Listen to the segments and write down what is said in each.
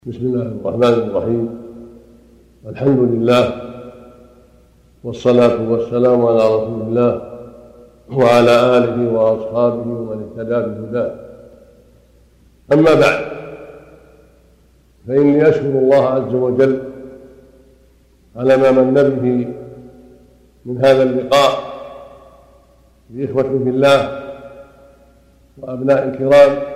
بسم الله الرحمن الرحيم. الحمد لله والصلاة والسلام على رسول الله وعلى آله وأصحابه ومن اهتدى بهداه. أما بعد، فإني أشكر الله عز وجل على ما من به من هذا اللقاء بإخوة في الله وأبناء الكرام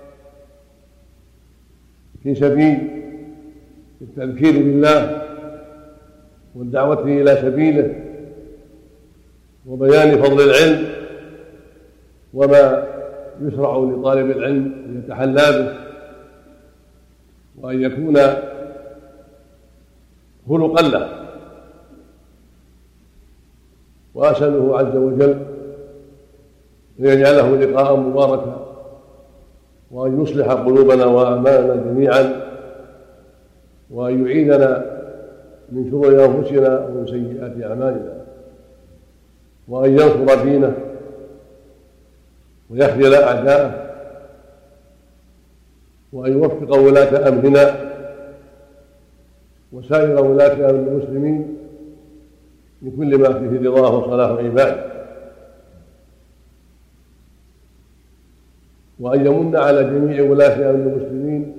في سبيل التذكير بالله والدعوة إلى سبيله وبيان فضل العلم وما يشرع لطالب العلم أن يتحلى به وأن يكون خلقا له. وأسأله عز وجل أن يجعله لقاء مباركا وأن يصلح قلوبنا وأعمالنا جميعا وأن يعيذنا من شرور أنفسنا ومن سيئات أعمالنا وأن ينصر دينه ويخذل أعداءه وأن يوفق ولاة أمرنا وسائر ولاة أمر المسلمين لكل ما فيه رضاه وصلاح عباده، وأن يمن على جميع ولاة أمر المسلمين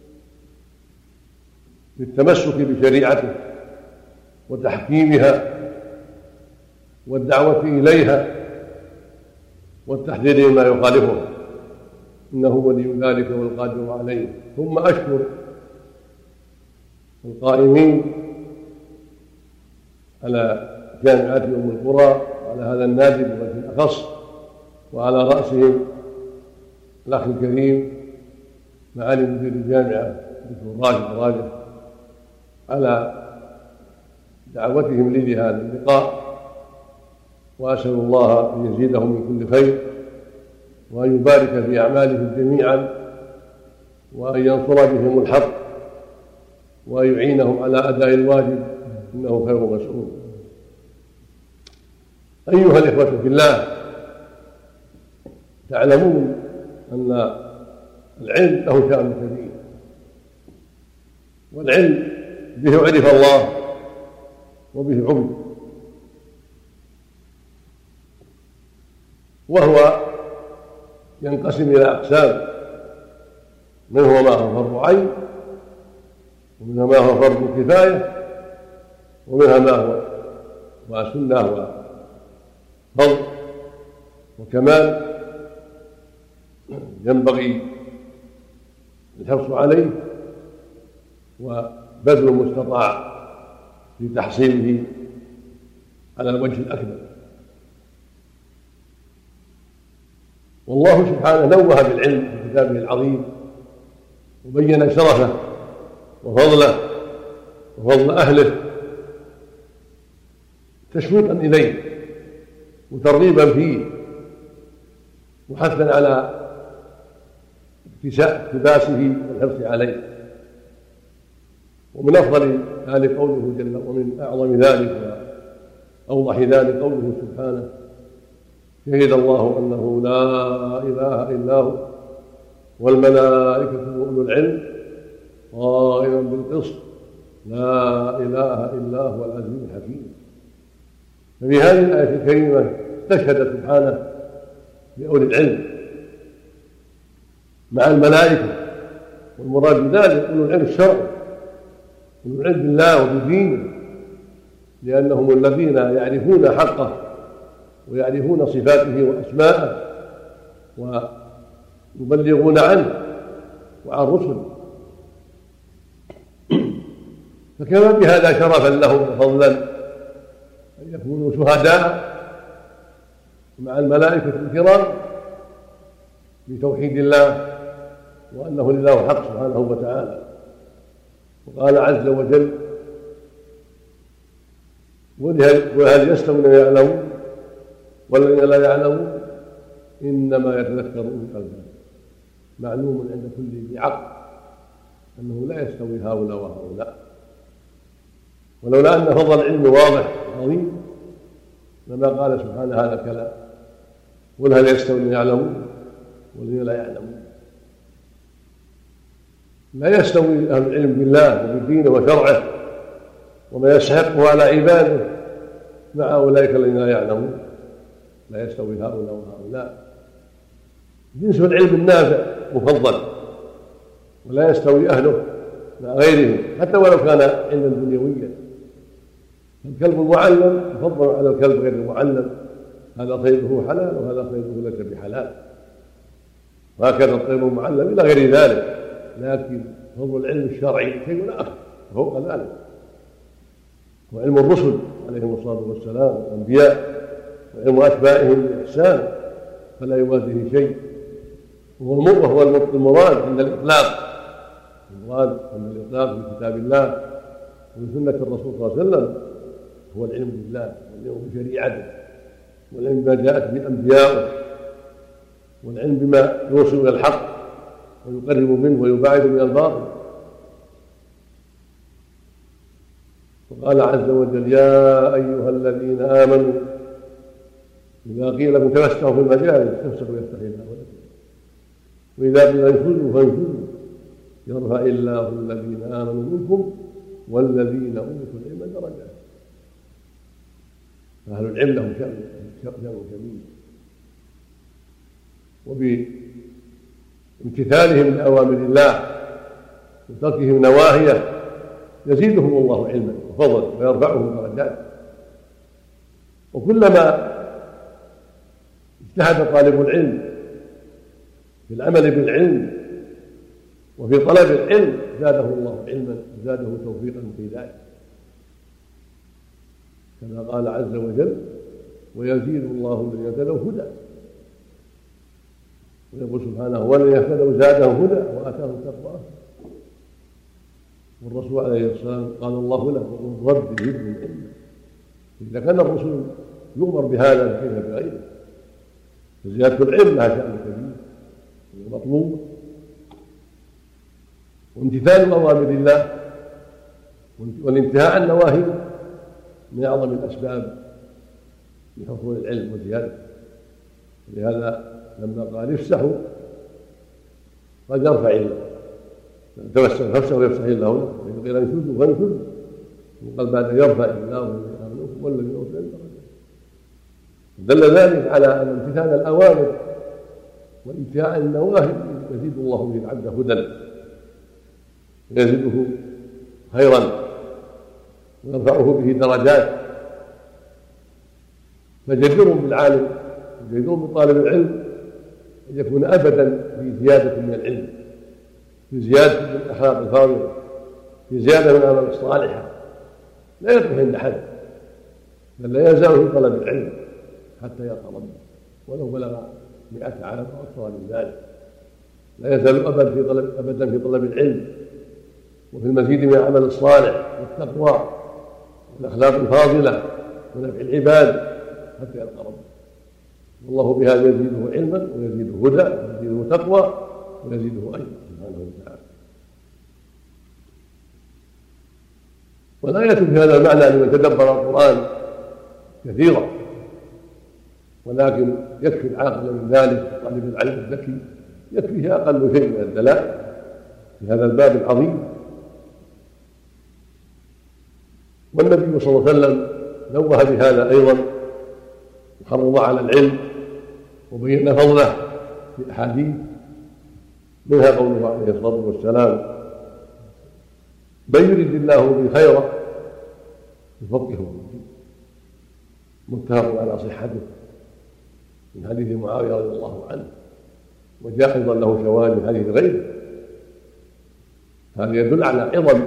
بالتمسك بشريعته وتحكيمها والدعوة إليها والتحذير مما يخالفه، إنه ولي ذلك والقادر عليه. ثم أشكر القائمين على جامعة أم القرى وعلى هذا النادي بوجه الأخص، وعلى رأسهم الأخ الكريم معالي مدير الجامعة الدكتور راجح على دعوتهم لي لهذا اللقاء، وأسأل الله أن يزيدهم من كل خير وأن يبارك في أعمالهم جميعا وأن ينصر بهم الحق وأن يعينهم على أداء الواجب، إنه خير مسؤول. أيها الإخوة في الله، تعلمون أن العلم له شأن كبير، والعلم به عرف الله وبه عبد، وهو ينقسم إلى أقسام، منه ما هو فرض عين، ومنها ما هو فرض كفاية، ومنها ما هو سنة وفضل وكمال ينبغي الحرص عليه وبذل المستطاع في تحصيله على الوجه الأكمل. والله سبحانه نوه بالعلم في كتابه العظيم وبين شرفه وفضله وفضل أهله تشويقا إليه وترغيبا فيه وحثا على اقتباسه والحرص عليه. ومن أفضل ذلك قوله جل، ومن أعظم ذلك وأوضح ذلك قوله سبحانه: شهد الله أنه لا إله إلا هو والملائكة وأولو العلم قائما بالقسط لا إله إلا هو العزيز الحكيم. ففي هذه الآية الكريمة استشهد سبحانه بأولي العلم مع الملائكة، والمراد بذلك أولو العلم الشرعي، أولو العلم بالله وبدينه، لأنهم الذين يعرفون حقه ويعرفون صفاته وأسماءه ويبلغون عنه وعن رسله، فكما بهذا شرفا لهم وفضلا أن يكونوا شهداء مع الملائكة الكرام بتوحيد الله وأنه لله الحق سبحانه وتعالى. وقال عز وجل: وهل يستوي الذين يعلمون والذين لا يعلمون إنما يتذكر أولو الألباب. معلوم عند كل ذي عقل أنه لا يستوي هؤلاء وهؤلاء، ولولا أن فضل العلم واضح عظيم لما قال سبحانه هذا الكلام: قل هل يستوي الذين يعلمون والذين لا يعلمون. لا يستوي أهل العلم بالله وبدينه وشرعه وما يستحقه على عباده مع أولئك الذين لا يعلمون. لا يستوي هؤلاء وهؤلاء. جنس العلم النافع مفضل ولا يستوي أهله مع غيرهم حتى ولو كان علما دنيويا. الكلب المعلم يفضل على الكلب غير المعلم، هذا صيده حلال وهذا صيده ليس بحلال، وهكذا الطير المعلم إلى غير ذلك. لكن فضل العلم الشرعي شيء آخر فوق ذلك، وعلم الرسل عليهم الصلاة والسلام والأنبياء وعلم أتباعهم بإحسان فلا يوازيه شيء. وهو المراد عند الإطلاق، المراد عند الإطلاق في كتاب الله وفي سنة الرسول صلى الله عليه وسلم هو العلم بالله والعلم بشريعته والعلم بما جاءت به أنبياؤه والعلم بما يوصل إلى الحق ويقرب منه ويباعد من الباطل. وقال عز وجل: يا أيها الذين آمنوا إذا قيل لكم تفسحوا في المجالس فافسحوا يفسح الله ولكم وإذا قيل انشزوا فانشزوا يرفع الله الذين آمنوا منكم والذين أوتوا العلم درجات. فأهل العلم لهم شأن كبير، وبامتثالهم لأوامر الله وتركهم نواهيه يزيدهم الله علما وفضلا ويرفعهم درجات. وكلما اجتهد طالب العلم في العمل بالعلم وفي طلب العلم زاده الله علما وزاده توفيقا في ذلك، كما قال عز وجل: ويزيد الله الذين اهتدوا هدى. ويقول سبحانه: والذين اهتدوا زادهم هدى واتاهم تقواه. والرسول عليه الصلاه والسلام قال الله له: وقل رب زدني علما. اذا كان الرسول يؤمر بهذا فكيف بغيره؟ فزياده العلم لها شأن كبير ومطلوب، وامتثال اوامر الله والانتهاء عن نواهيه من اعظم الاسباب لحصول العلم وزيادته. ولهذا لما قال افسحوا قد يرفع الله، توسل فافسحوا يفسح الله لكم، واذا قيل انشزوا فانشزوا وقال بعد يرفع الله الذين امنوا والذين اوتوا العلم درجات. دل ذلك على ان امتثال الاوامر والانتهاء عن النواهي يزيد الله به العبد هدى ويزيده خيرا ويرفعه به درجات. فجدير بالعالم وجدير بطالب العلم ان يكون ابدا في زياده من العلم، في زياده من الاخلاق الفاضله، في زياده من الاعمال الصالحه، لا يقف عند حد، بل لا يزال في طلب العلم حتى يلقى ربه ولو بلغ 100 عام او اكثر من ذلك. لا يزال ابدا في طلب العلم وفي المزيد من العمل الصالح والتقوى والاخلاق الفاضله ونفع العباد حتى يلقى ربه. والله بهذا يزيده علما ويزيده هدى ويزيده تقوى ويزيده اجرا سبحانه وتعالى. والايه في هذا المعنى لمن تدبر القران كثيرا، ولكن يكفي العاقل من ذلك طالب العلم الذكي يكفيه اقل شيء من الدلائل في هذا الباب العظيم. والنبي صلى الله عليه وسلم نوه بهذا ايضا وحرض على العلم وبين فضله في احاديث، منها قوله عليه الصلاه والسلام: من يرد الله به خيرا يفقهه في الدين. متفق على صحته من حديث معاويه رضي الله عنه، وجاء ايضا له شواهد من حديث غيره. هذا يدل على عظم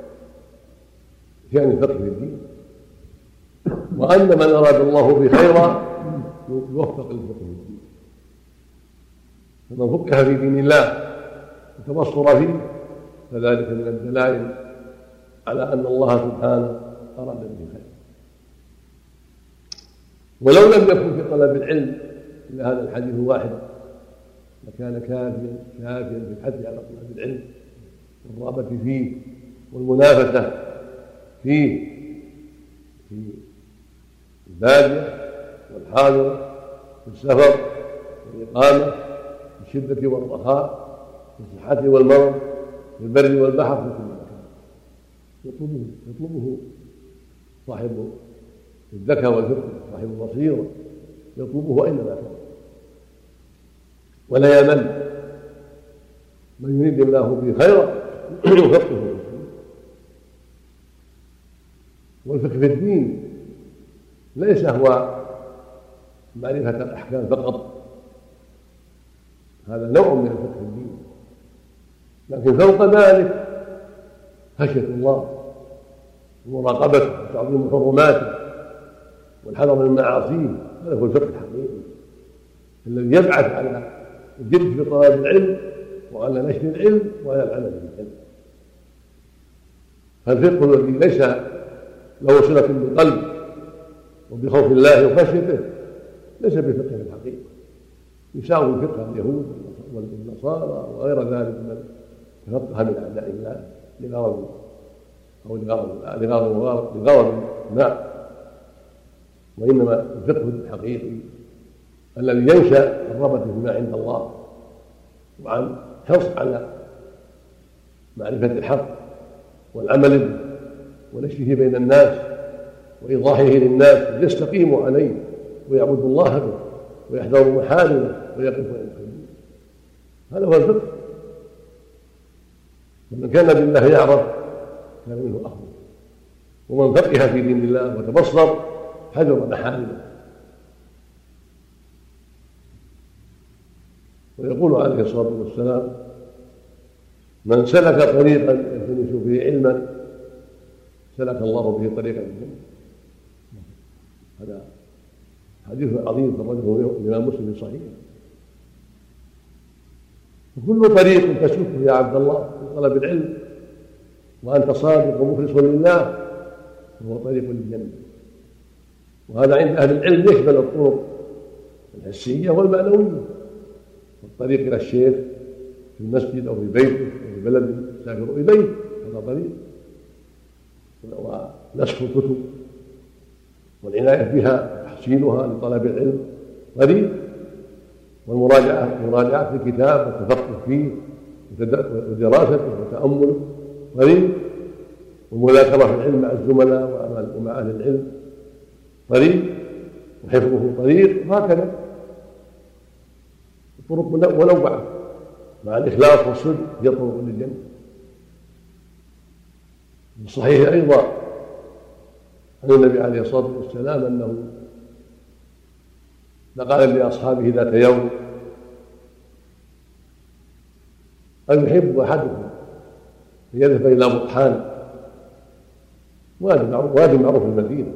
شأن الفقه في الدين، وأن من أراد الله به خيرا يوفق للفقه في الدين. فمن فقه في دين الله وتبصر فيه فذلك من الدلائل على أن الله سبحانه أراد به خير. ولو لم يكن في طلب العلم إلا هذا الحديث واحد لكان كافيا في الحث على طلب العلم والرغبة فيه والمنافسة فيه في البادية والحاضرة، في السفر والإقامة، في الشدة والرخاء، في الصحة والمرض، في البر والبحر في كل مكان يطلبه صاحب الذكاء والفكر صاحب البصيرة يطلبه أينما كان ولا يمل من يريد الله به خيرا يفقهه في الدين. والفقه في الدين ليس هو معرفة الأحكام فقط، هذا نوع من الفقه في الدين، لكن فوق ذلك خشية الله ومراقبته وتعظيم حرماته والحذر من معاصيه. هذا هو الفقه الحقيقي الذي يبعث على الجد في طلب العلم وعلى نشر العلم وعلى العمل بالعلم. فالفقه الذي ليس له صلة بالقلب وبخوف الله وخشيته ليس بفقه في الحقيقة، يساوي فقه اليهود والنصارى وغير ذلك من تفقه من أعداء الله لغرض أو لغرض ما. وإنما الفقه الحقيقي الذي ينشأ الرغبة فيما عند الله وعن حرص على معرفة الحق والعمل به ونشره بين الناس وإيضاحه للناس ليستقيموا عليه ويعبدوا الله به ويحذروا محارمه ويقفوا عند حدوده. هذا هو الفقه. ومن كان بالله يعرف كان منه أخذ، ومن فقه في دين الله وتبصر حذر محارمه. ويقول عليه الصلاة والسلام: من سلك طريقا يلتمس فيه علما سلك الله به طريقا الجنة. هذا حديث عظيم خرجه الإمام مسلم في صحيحه. وكل طريق تسلكه يا عبد الله في طلب العلم وأنت صادق ومخلص لله فهو طريق للجنة. وهذا عند أهل العلم يشمل الطرق الحسية والمعنوية. الطريق إلى الشيخ في المسجد أو في بيته أو في بلد يسافر إليه هذا طريق، ونسخ الكتب والعناية بها وتحصيلها لطلب العلم طريق، والمراجعة في الكتاب والتفقه فيه ودراسته وتأمله طريق، والمذاكرة في العلم مع الزملاء ومع أهل العلم طريق، وحفظه طريق، وهكذا طرق منوعة مع الإخلاص والصدق هي طرق للجنة. الصحيح أيضا عن النبي عليه الصلاة والسلام أنه لقال لأصحابه ذات يوم: أن يحب أحدكم أن يذهب إلى بطحان وادي معروف في المدينة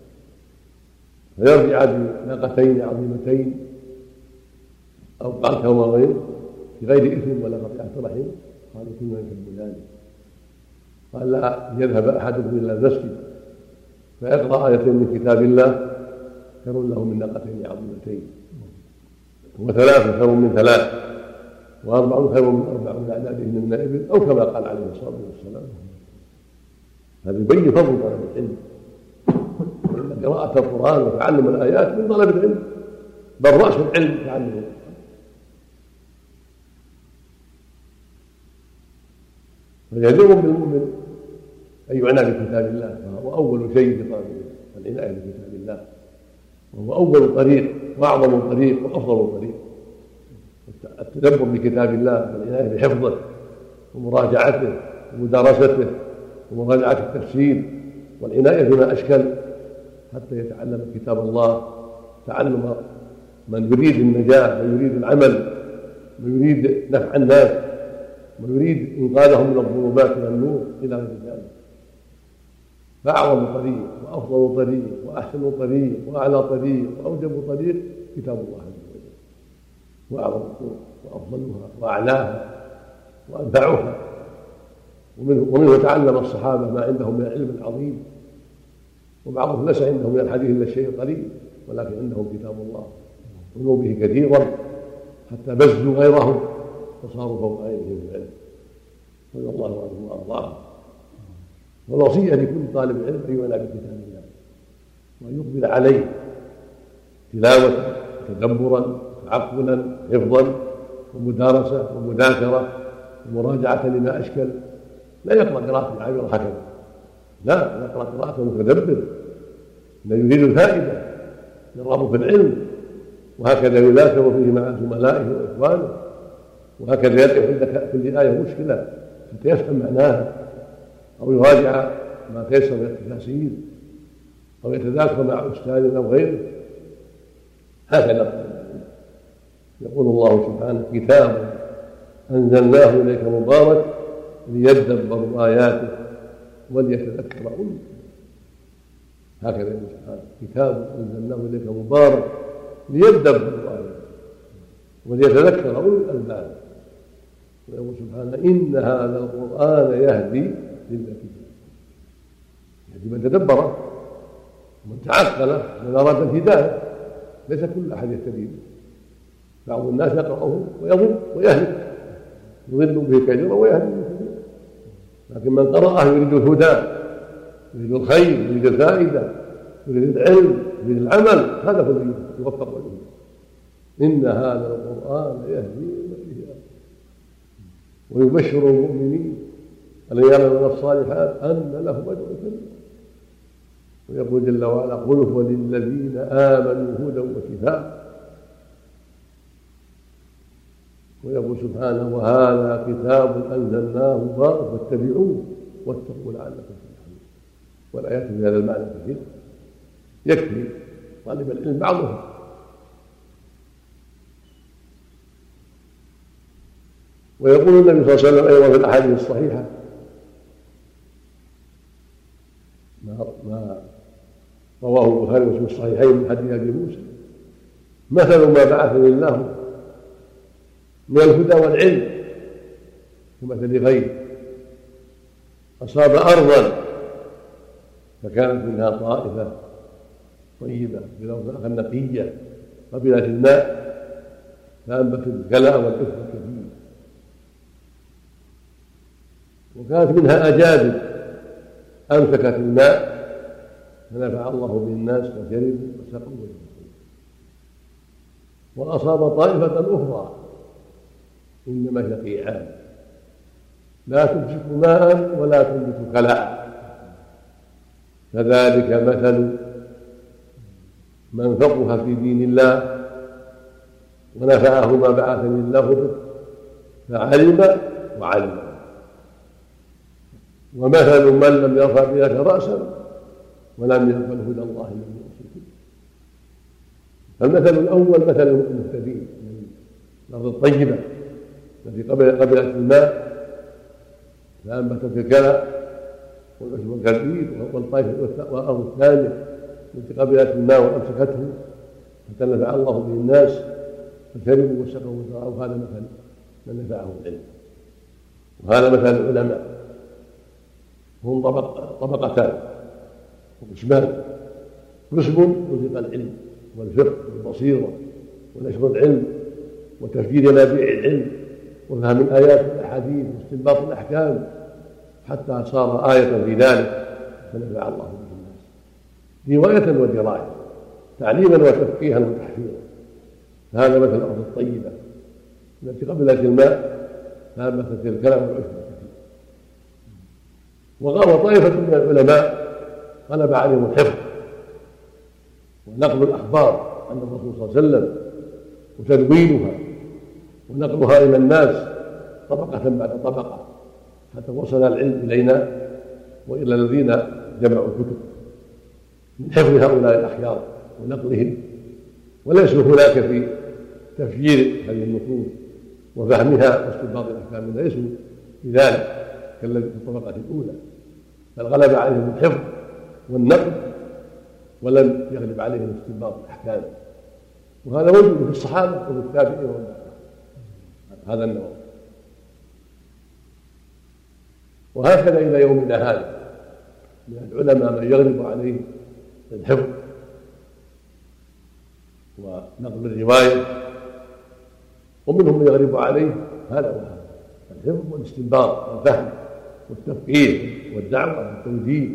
فيرجع بناقتين عظيمتين أو قعتهما في غير إثم ولا قطيعة رحم. قالوا: كنا نحب ذلك. قال: لا يذهب أحدكم إلى المسجد فيقرأ آيتين من كتاب الله خير له من ناقتين عظيمتين، وثلاث خير من ثلاث، وأربع خير من أربع من أعدادهن من الإبل، أو كما قال عليه الصلاة والسلام. هذا يبين فضل طلب العلم وإن قراءة القرآن وتعلم الآيات من طلب العلم، بل رأس العلم تعلم القرآن. فيجب بالمؤمن أن يعنى بكتاب الله، فهو أول شيء في طلب العناية بكتاب الله، وهو أول طريق وأعظم طريق وأفضل طريق. التدبر بكتاب الله والعناية بحفظه ومراجعته ومدارسته ومراجعة التفسير والعناية بما أشكل حتى يتعلم كتاب الله تعلم من يريد النجاة، من يريد العمل، من يريد نفع الناس، من يريد إنقاذهم من الظلمات إلى النور إلى غير ذلك. فأعظم طريق وأفضل طريق وأحسن طريق وأعلى طريق وأوجب طريق كتاب الله عز وجل، وأعظم الطرق وأفضلها وأعلاها وأنفعها. ومنه تعلم الصحابة ما عندهم من العلم العظيم، وبعضهم ليس عندهم من الحديث إلا الشيء قليل، ولكن عندهم كتاب الله ونوا به كثيرا حتى بزوا غيرهم وصاروا فوق عينهم في العلم رضي الله عنهم وأرضاهم. والوصية لكل طالب علم أن يعنى بكتاب الله وأن يقبل عليه تلاوة تدبرا تعقلا حفظا ومدارسة ومذاكرة ومراجعة لما أشكل لا يقرأ قراءة العابر هكذا، لا يقرأ قراءة متدبر، لا يريد الفائدة، يرغب في العلم، وهكذا يذاكر فيه مع زملائه وإخوانه، وهكذا يقف كل آية مشكلة حتى يفهم معناها، أو يراجع ما تيسر من التفاسير، أو يتذاكر مع أستاذ أو غيره. هكذا يقول الله سبحانه: كتاب أنزلناه إليك مبارك ليدبروا آياته وليتذكر أولو الألباب. هكذا يقول سبحانه: كتاب أنزلناه إليك مبارك ليدبروا آياته وليتذكر أولو الألباب. ويقول سبحانه: إن هذا القرآن يهدي للتي يهدي من تدبره ومن تعقله ومن أراد الهداية. ليس كل أحد يهتدي به، بعض الناس يقرأه ويضل ويهلك، يضل به كثيرا ويهدي به كثيرا، لكن من قرأه يريد الهدى، يريد الخير، يريد الفائدة، يريد العلم، يريد العمل، هذا هو الذي يوفق له. إن هذا القرآن يهدي للتي هي أقوم ويبشر المؤمنين الذين يعملون الصالحات أن لهم أجرا كبيرا. ويقول جل وعلا: قل هو للذين آمنوا هدى وشفاء. ويقول سبحانه: وهذا كتاب أنزلناه مبارك فاتبعوه واتقوا لعلكم ترحمون. والآيات في هذا المعنى كثيرة، يكفي طالب العلم بعضهم. ويقول النبي صلى الله عليه وسلم أيضا في الأحاديث الصحيحة ما رواه البخاري ومسلم في الصحيحين من حديث أبي موسى: مثل ما بعثني الله من الهدى والعلم كمثل غيث أصاب أرضا فكانت منها طائفة طيبة بلوث نقية قبلت الماء فأنبتت الكلأ والإثم الكثير، وكانت منها أجادب أمسكت الماء فنفع الله به الناس فشربوا وسقوا وجهوا. وأصاب طائفة أخرى إنما شقيعان لا تمسك ماء ولا تنبت كلاء، فذلك مثل من فقه في دين الله ونفعه ما بعثني الله به فعلم وعلم، ومثل من لم يرفع بذلك رأسا ولم يقبل هدى الله الذي أرسل به. فالمثل الأول مثل المهتدين من الأرض الطيبة التي قبلت الماء فأنبتت الكلأ والعشب والكبير، والأرض الثانية التي قبلت الماء وأمسكته حتى نفع الله به الناس فشربوا وسقوا وزرعوا. هذا مثل من نفعه العلم، وهذا مثل العلماء، هم طبقتان وقسمان: قسم رزق العلم والفقه والبصيرة ونشر العلم وتفجير ينابيع العلم وفهم الآيات والأحاديث واستنباط الأحكام حتى صار آية في ذلك فنفع الله به الناس رواية ودراية، تعليما وتفقيها وتحفيظا. فهذا مثل الأرض الطيبة التي قبلت الماء فأنبتت الكلام والعشب الكثير. وطائفة من العلماء غلب عليهم الحفظ ونقل الأخبار عن الرسول صلى الله عليه وسلم وتدوينها ونقلها إلى الناس طبقة بعد طبقة حتى وصل العلم إلينا وإلى الذين جمعوا الكتب من حفظ هؤلاء الأخيار ونقلهم. وليسوا هناك في تفجير هذه النصوص وفهمها واستنباط الأحكام، ليسوا بذلك كالذي في الطبقة الأولى، بل غلب عليهم الحفظ والنقل ولم يغلب عليهم استنباط الأحكام. وهذا موجود في الصحابة وفي التابعين ومن بعدهم، هذا النوع. وهكذا إلى يومنا هذا من العلماء من يغلب عليه الحفظ ونقل الرواية، ومنهم من يغلب عليه هذا وهذا الحفظ والاستنباط والفهم والتفقيه والدعوة والتوجيه.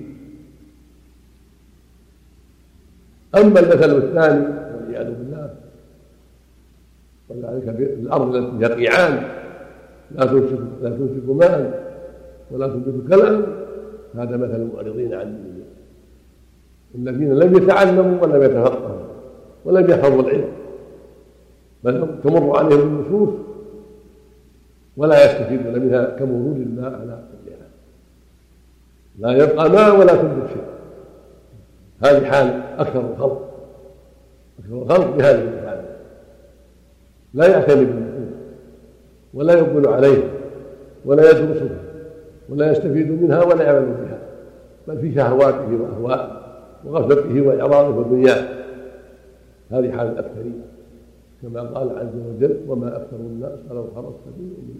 أما المثل الثاني والعياذ بالله، وذلك في الأرض التي يقيعان لا تمسكوا ماء ولا تنبتوا كلأ، هذا مثل المعرضين عن دين الله، الذين لم يتعلموا ولم يتفقهوا ولم يحفظوا العلم، بل تمر عليهم النصوص ولا يستفيدون منها كمرور الماء على كلها، لا يبقى ماء ولا تنبت شيء. هذه حال أكثر الخلق بهذه الحال، لا يعتني بالنصوص ولا يقبل عليها ولا يدرسها ولا يستفيد منها ولا يعمل بها، بل في شهواته وأهوائه وغفلته وإعراضه ودنياه. هذه حال الأكثرين، كما قال عز وجل: وما أكثر الناس ولو حرصت بمؤمنين.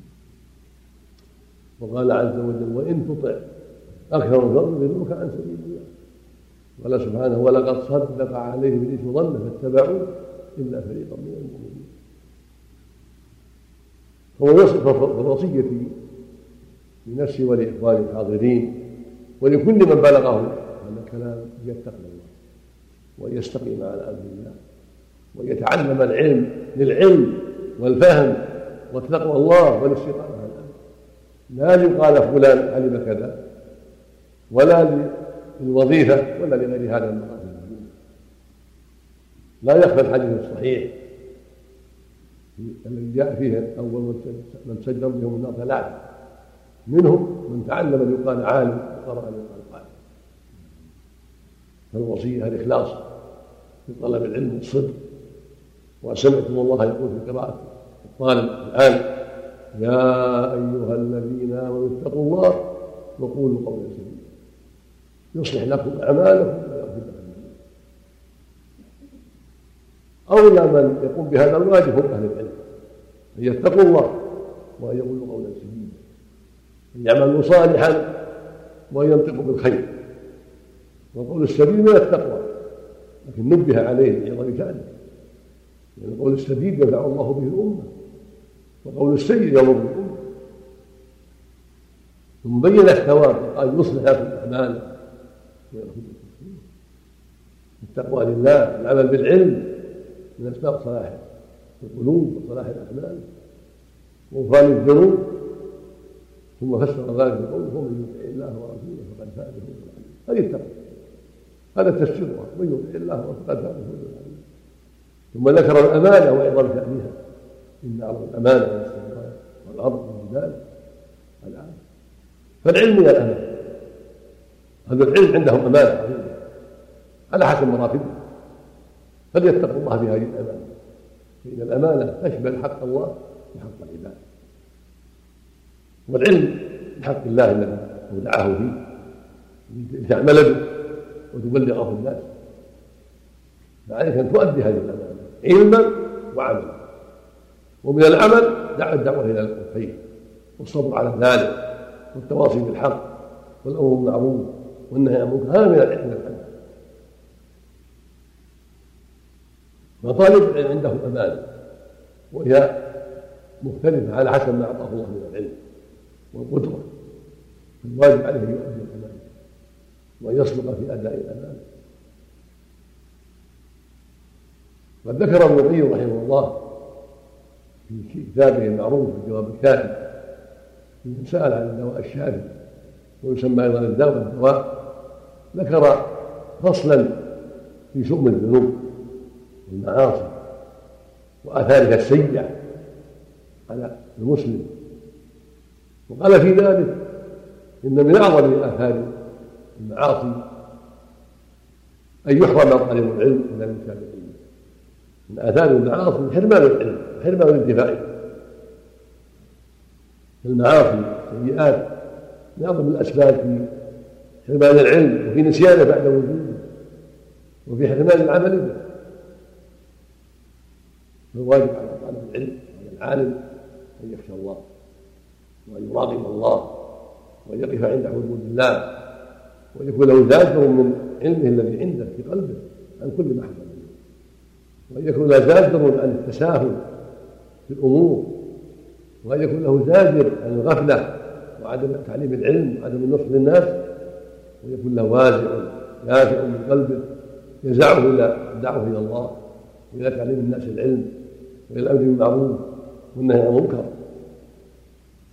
وقال عز وجل: وإن تطع أكثر الظن يضلوك عن سبيل الله. قال سبحانه: ولقد صدق عليهم الإنس ظن فاتبعوا إلا فريقا من المؤمنين. فالوصية لنفسي ولإخواني الحاضرين ولكل من بلغه هذا الكلام يتقي الله ويستقيم على أمر الله ويتعلم العلم للعلم والفهم وتقوى الله والاستقامة على الأمر، لا ليقال فلان علم كذا ولا للوظيفة ولا لغير هذا المقاصد. لا يخفى الحديث الصحيح الذي جاء فيه أول من سجل بهم النار ثلاثة، منهم من تعلم أن يقال عالم وقرأ أن يقال قائل. فالوصية الإخلاص في طلب العلم والصدق. وسمعتم الله يقول في قراءة الطالب الآن: يا أيها الذين آمنوا اتقوا الله وقولوا قولا سديدا يصلح لكم أعمالكم ويغفر لكم. أولى من يقوم بهذا الواجب هم أهل العلم، أن يتقوا الله وأن يقولوا قولا سديدا، أن يعملوا صالحا وأن ينطقوا بالخير. والقول السديد من التقوى، لكن نبه عليه لعظم شأنه، لأن القول السديد ينفع الله به الأمة، وقول السيء يضر الأمة. ثم بين الثواب وقال: يصلح لكم أعمالكم. التقوى لله، العمل بالعلم من أسباب صلاح القلوب وصلاح الأعمال وغفران الذنوب. ثم فسر ذلك بقوله: ومن يطع الله ورسوله فقد فاز فوزا عظيما. هذه التقوى، هذا تفسيرها: من يطع الله فقد فاز فوزا عظيما. ثم ذكر الأمانة وعظم شأنها: إن أعظم الأمانة والاستغفار والأرض والجبال الآن. فالعلم من الأمانة، هذا العلم عندهم أمانة عظيمة على حسب مراتبه، فليتقوا الله بهذه الأمانة، فإن الأمانة تشمل حق الله وحق العباد. والعلم بحق الله الذي ودعاه فيه لتعمل به وتبلغه الناس، فعليك أن تؤدي هذه الأمانة علما وعملا. ومن العمل الدعوة إلى الخير والصبر على ذلك والتواصي بالحق والأمر بالمعروف والنهي عن المنكر، هذا من العلم. فطالب العلم عنده أمانة، وهي مختلفة على حسب ما أعطاه الله من العلم والقدرة، فالواجب عليه أن يؤدي الأمانة وأن يصدق في أداء الأمانة. قد ذكر ابن القيم رحمه الله في كتابه المعروف الجواب الكافي من سأل عن الدواء الشافي ويسمى أيضا الدواء والدواء، ذكر فصلا في شؤم الذنوب والمعاصي وآثارها السيئة على المسلم، وقال في ذلك: إن من أعظم آثار المعاصي أن يحرم طالب العلم من المتابعين. من آثار المعاصي حرمان العلم وحرمان الانتفاع. المعاصي السيئات من أعظم الأسباب في حرمان العلم وفي نسيانه بعد وجوده وفي حرمان العمل به. فالواجب على طالب العلم وعلى العالم أن يخشى الله وأن يراقب الله وأن يقف عند حدود الله، وأن يكون له زاجر من علمه الذي عنده في قلبه عن كل ما حصل منه، وأن يكون له زاجر عن التساهل في الأمور، وأن يكون له زاجر عن الغفلة وعدم تعليم العلم وعدم النصح للناس، وأن يكون له وازع دافع من قلبه يزعه إلى الدعوة إلى الله وإلى تعليم الناس العلم وإلى الأمر بالمعروف والنهي عن المنكر.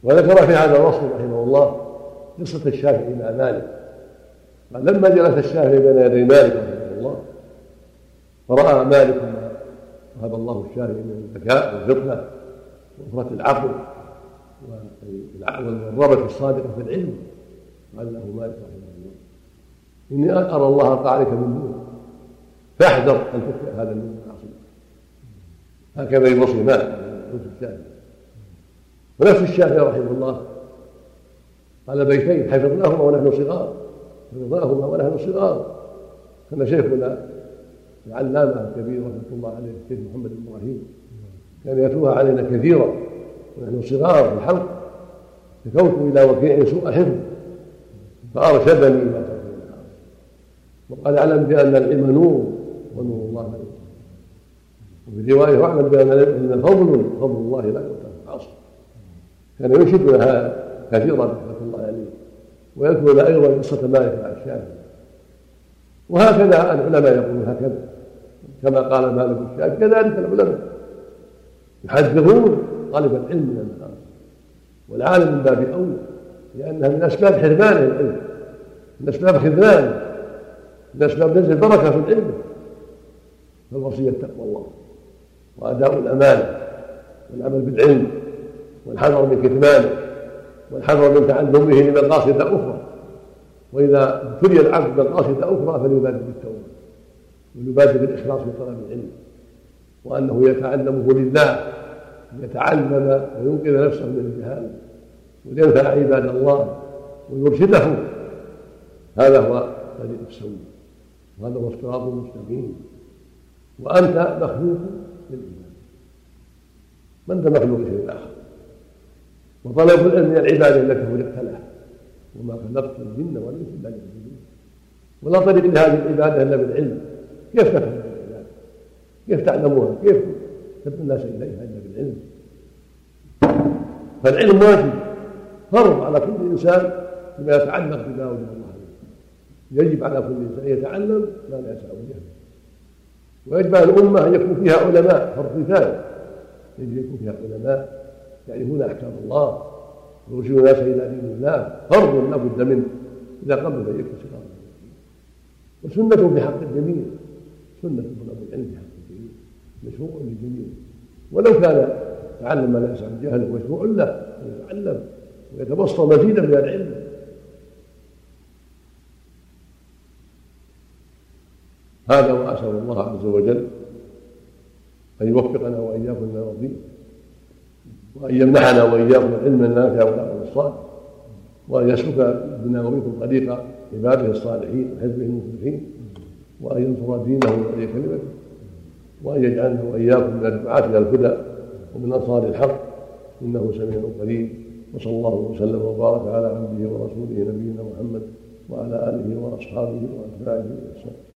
وذكر في هذا الوصف رحمه الله قصة الشافعي مع مالك. قال لما جلس الشافعي بين يدي مالك رحمه الله فرأى مالك ما وهب الله الشافعي من الذكاء والفطنة ووفرة العقل والرغبة الصادقة في العلم، قال له مالك رحمه الله إني أرى الله ألقى من نور فاحذر أن تطفئ هذا النور العظيم. هكذا يوصي مالك يوصي الشافعي. ونفس الشافعي رحمه الله قال بيتين حفظناهما ونحن صغار. كان شيخنا العلامة الكبير رحمة الله عليه الشيخ محمد بن إبراهيم كان يتلوها علينا كثيرا ونحن صغار في الحلق، شكوت إلى وكيع سوء حفظ فأرشدني إلى ترك المعاصي وقال اعلم بأن العلم نور ونور الله لا يطفئ. وفي رواية واعلم بأن العلم فضل الله لا يطفئ عصر. كان ينشدنا كثيرا رحمة الله عليه ويذكر أيضا قصة مالك مع الشافعي. وهكذا العلماء يقولون هكذا كما قال مالك الشافعي كذلك العلماء يحذرون طالب العلم من المعاصي والعالم من باب أولى، لأنها من أسباب حرمانه العلم، من أسباب خذلانه، من أسباب نزع البركة في العلم. فالوصية تقوى الله وأداء الأمانة والعمل بالعلم والحذر من كتمانه والحذر من تعلمه لمقاصد أخرى. وإذا ابتلي العبد بمقاصد أخرى فليبادر بالتوبة وليبادر بالإخلاص في طلب العلم، وأنه يتعلمه لله ليتعلم وينقذ نفسه من الجهال ولينفع عباد الله ويرشدهم. هذا هو طريق السوي وهذا هو الصراط المستقيم. وأنت مخلوق للعباد، ما أنت مخلوق لشيء آخر. وطلب العلم من العبادة التي خلقت لها وما خلقت الجن والإنس إلا ليعبدون. ولا طريق لهذه العبادة إلا بالعلم. كيف تفهم العبادة؟ كيف تعلموها؟ كيف تدعو الناس إليها إلا بالعلم؟ فالعلم واجب فرض على كل إنسان بما يتعلق بما وجد الله عليه. يجب على كل إنسان أن يتعلم ما لا يسعه جهله، ويجب على الأمة أن يكون فيها علماء فرض كفاية. يجب أن يكون فيها علماء يعرفون أحكام الله ويرشدون الناس إلى دين الله، فرض لا بد منه إذا قبل أن يكتسب. وسنة في حق الجميع، سنة طلب العلم في حق الجميع مشروع للجميع، ولو كان تعلم ما لا يسع الجهل مشروع له أن يتعلم ويتبصر مزيدا من العلم. هذا وأسأل الله عز وجل أن يوفقنا وإياكم لما يرضيه، وأن يمنحنا وإياكم العلم النافع والعمل الصالح، وأن يسلك بنا وبكم طريق عباده الصالحين وحزبه المفلحين، وأن ينصر دينه ويعلي كلمته، وأن يجعلنا وإياكم من الدعاة إلى الهدى ومن أنصار الحق، إنه سميع قريب. وصلى الله وسلم وبارك على عبده ورسوله نبينا محمد وعلى آله وأصحابه وأتباعه وسلم.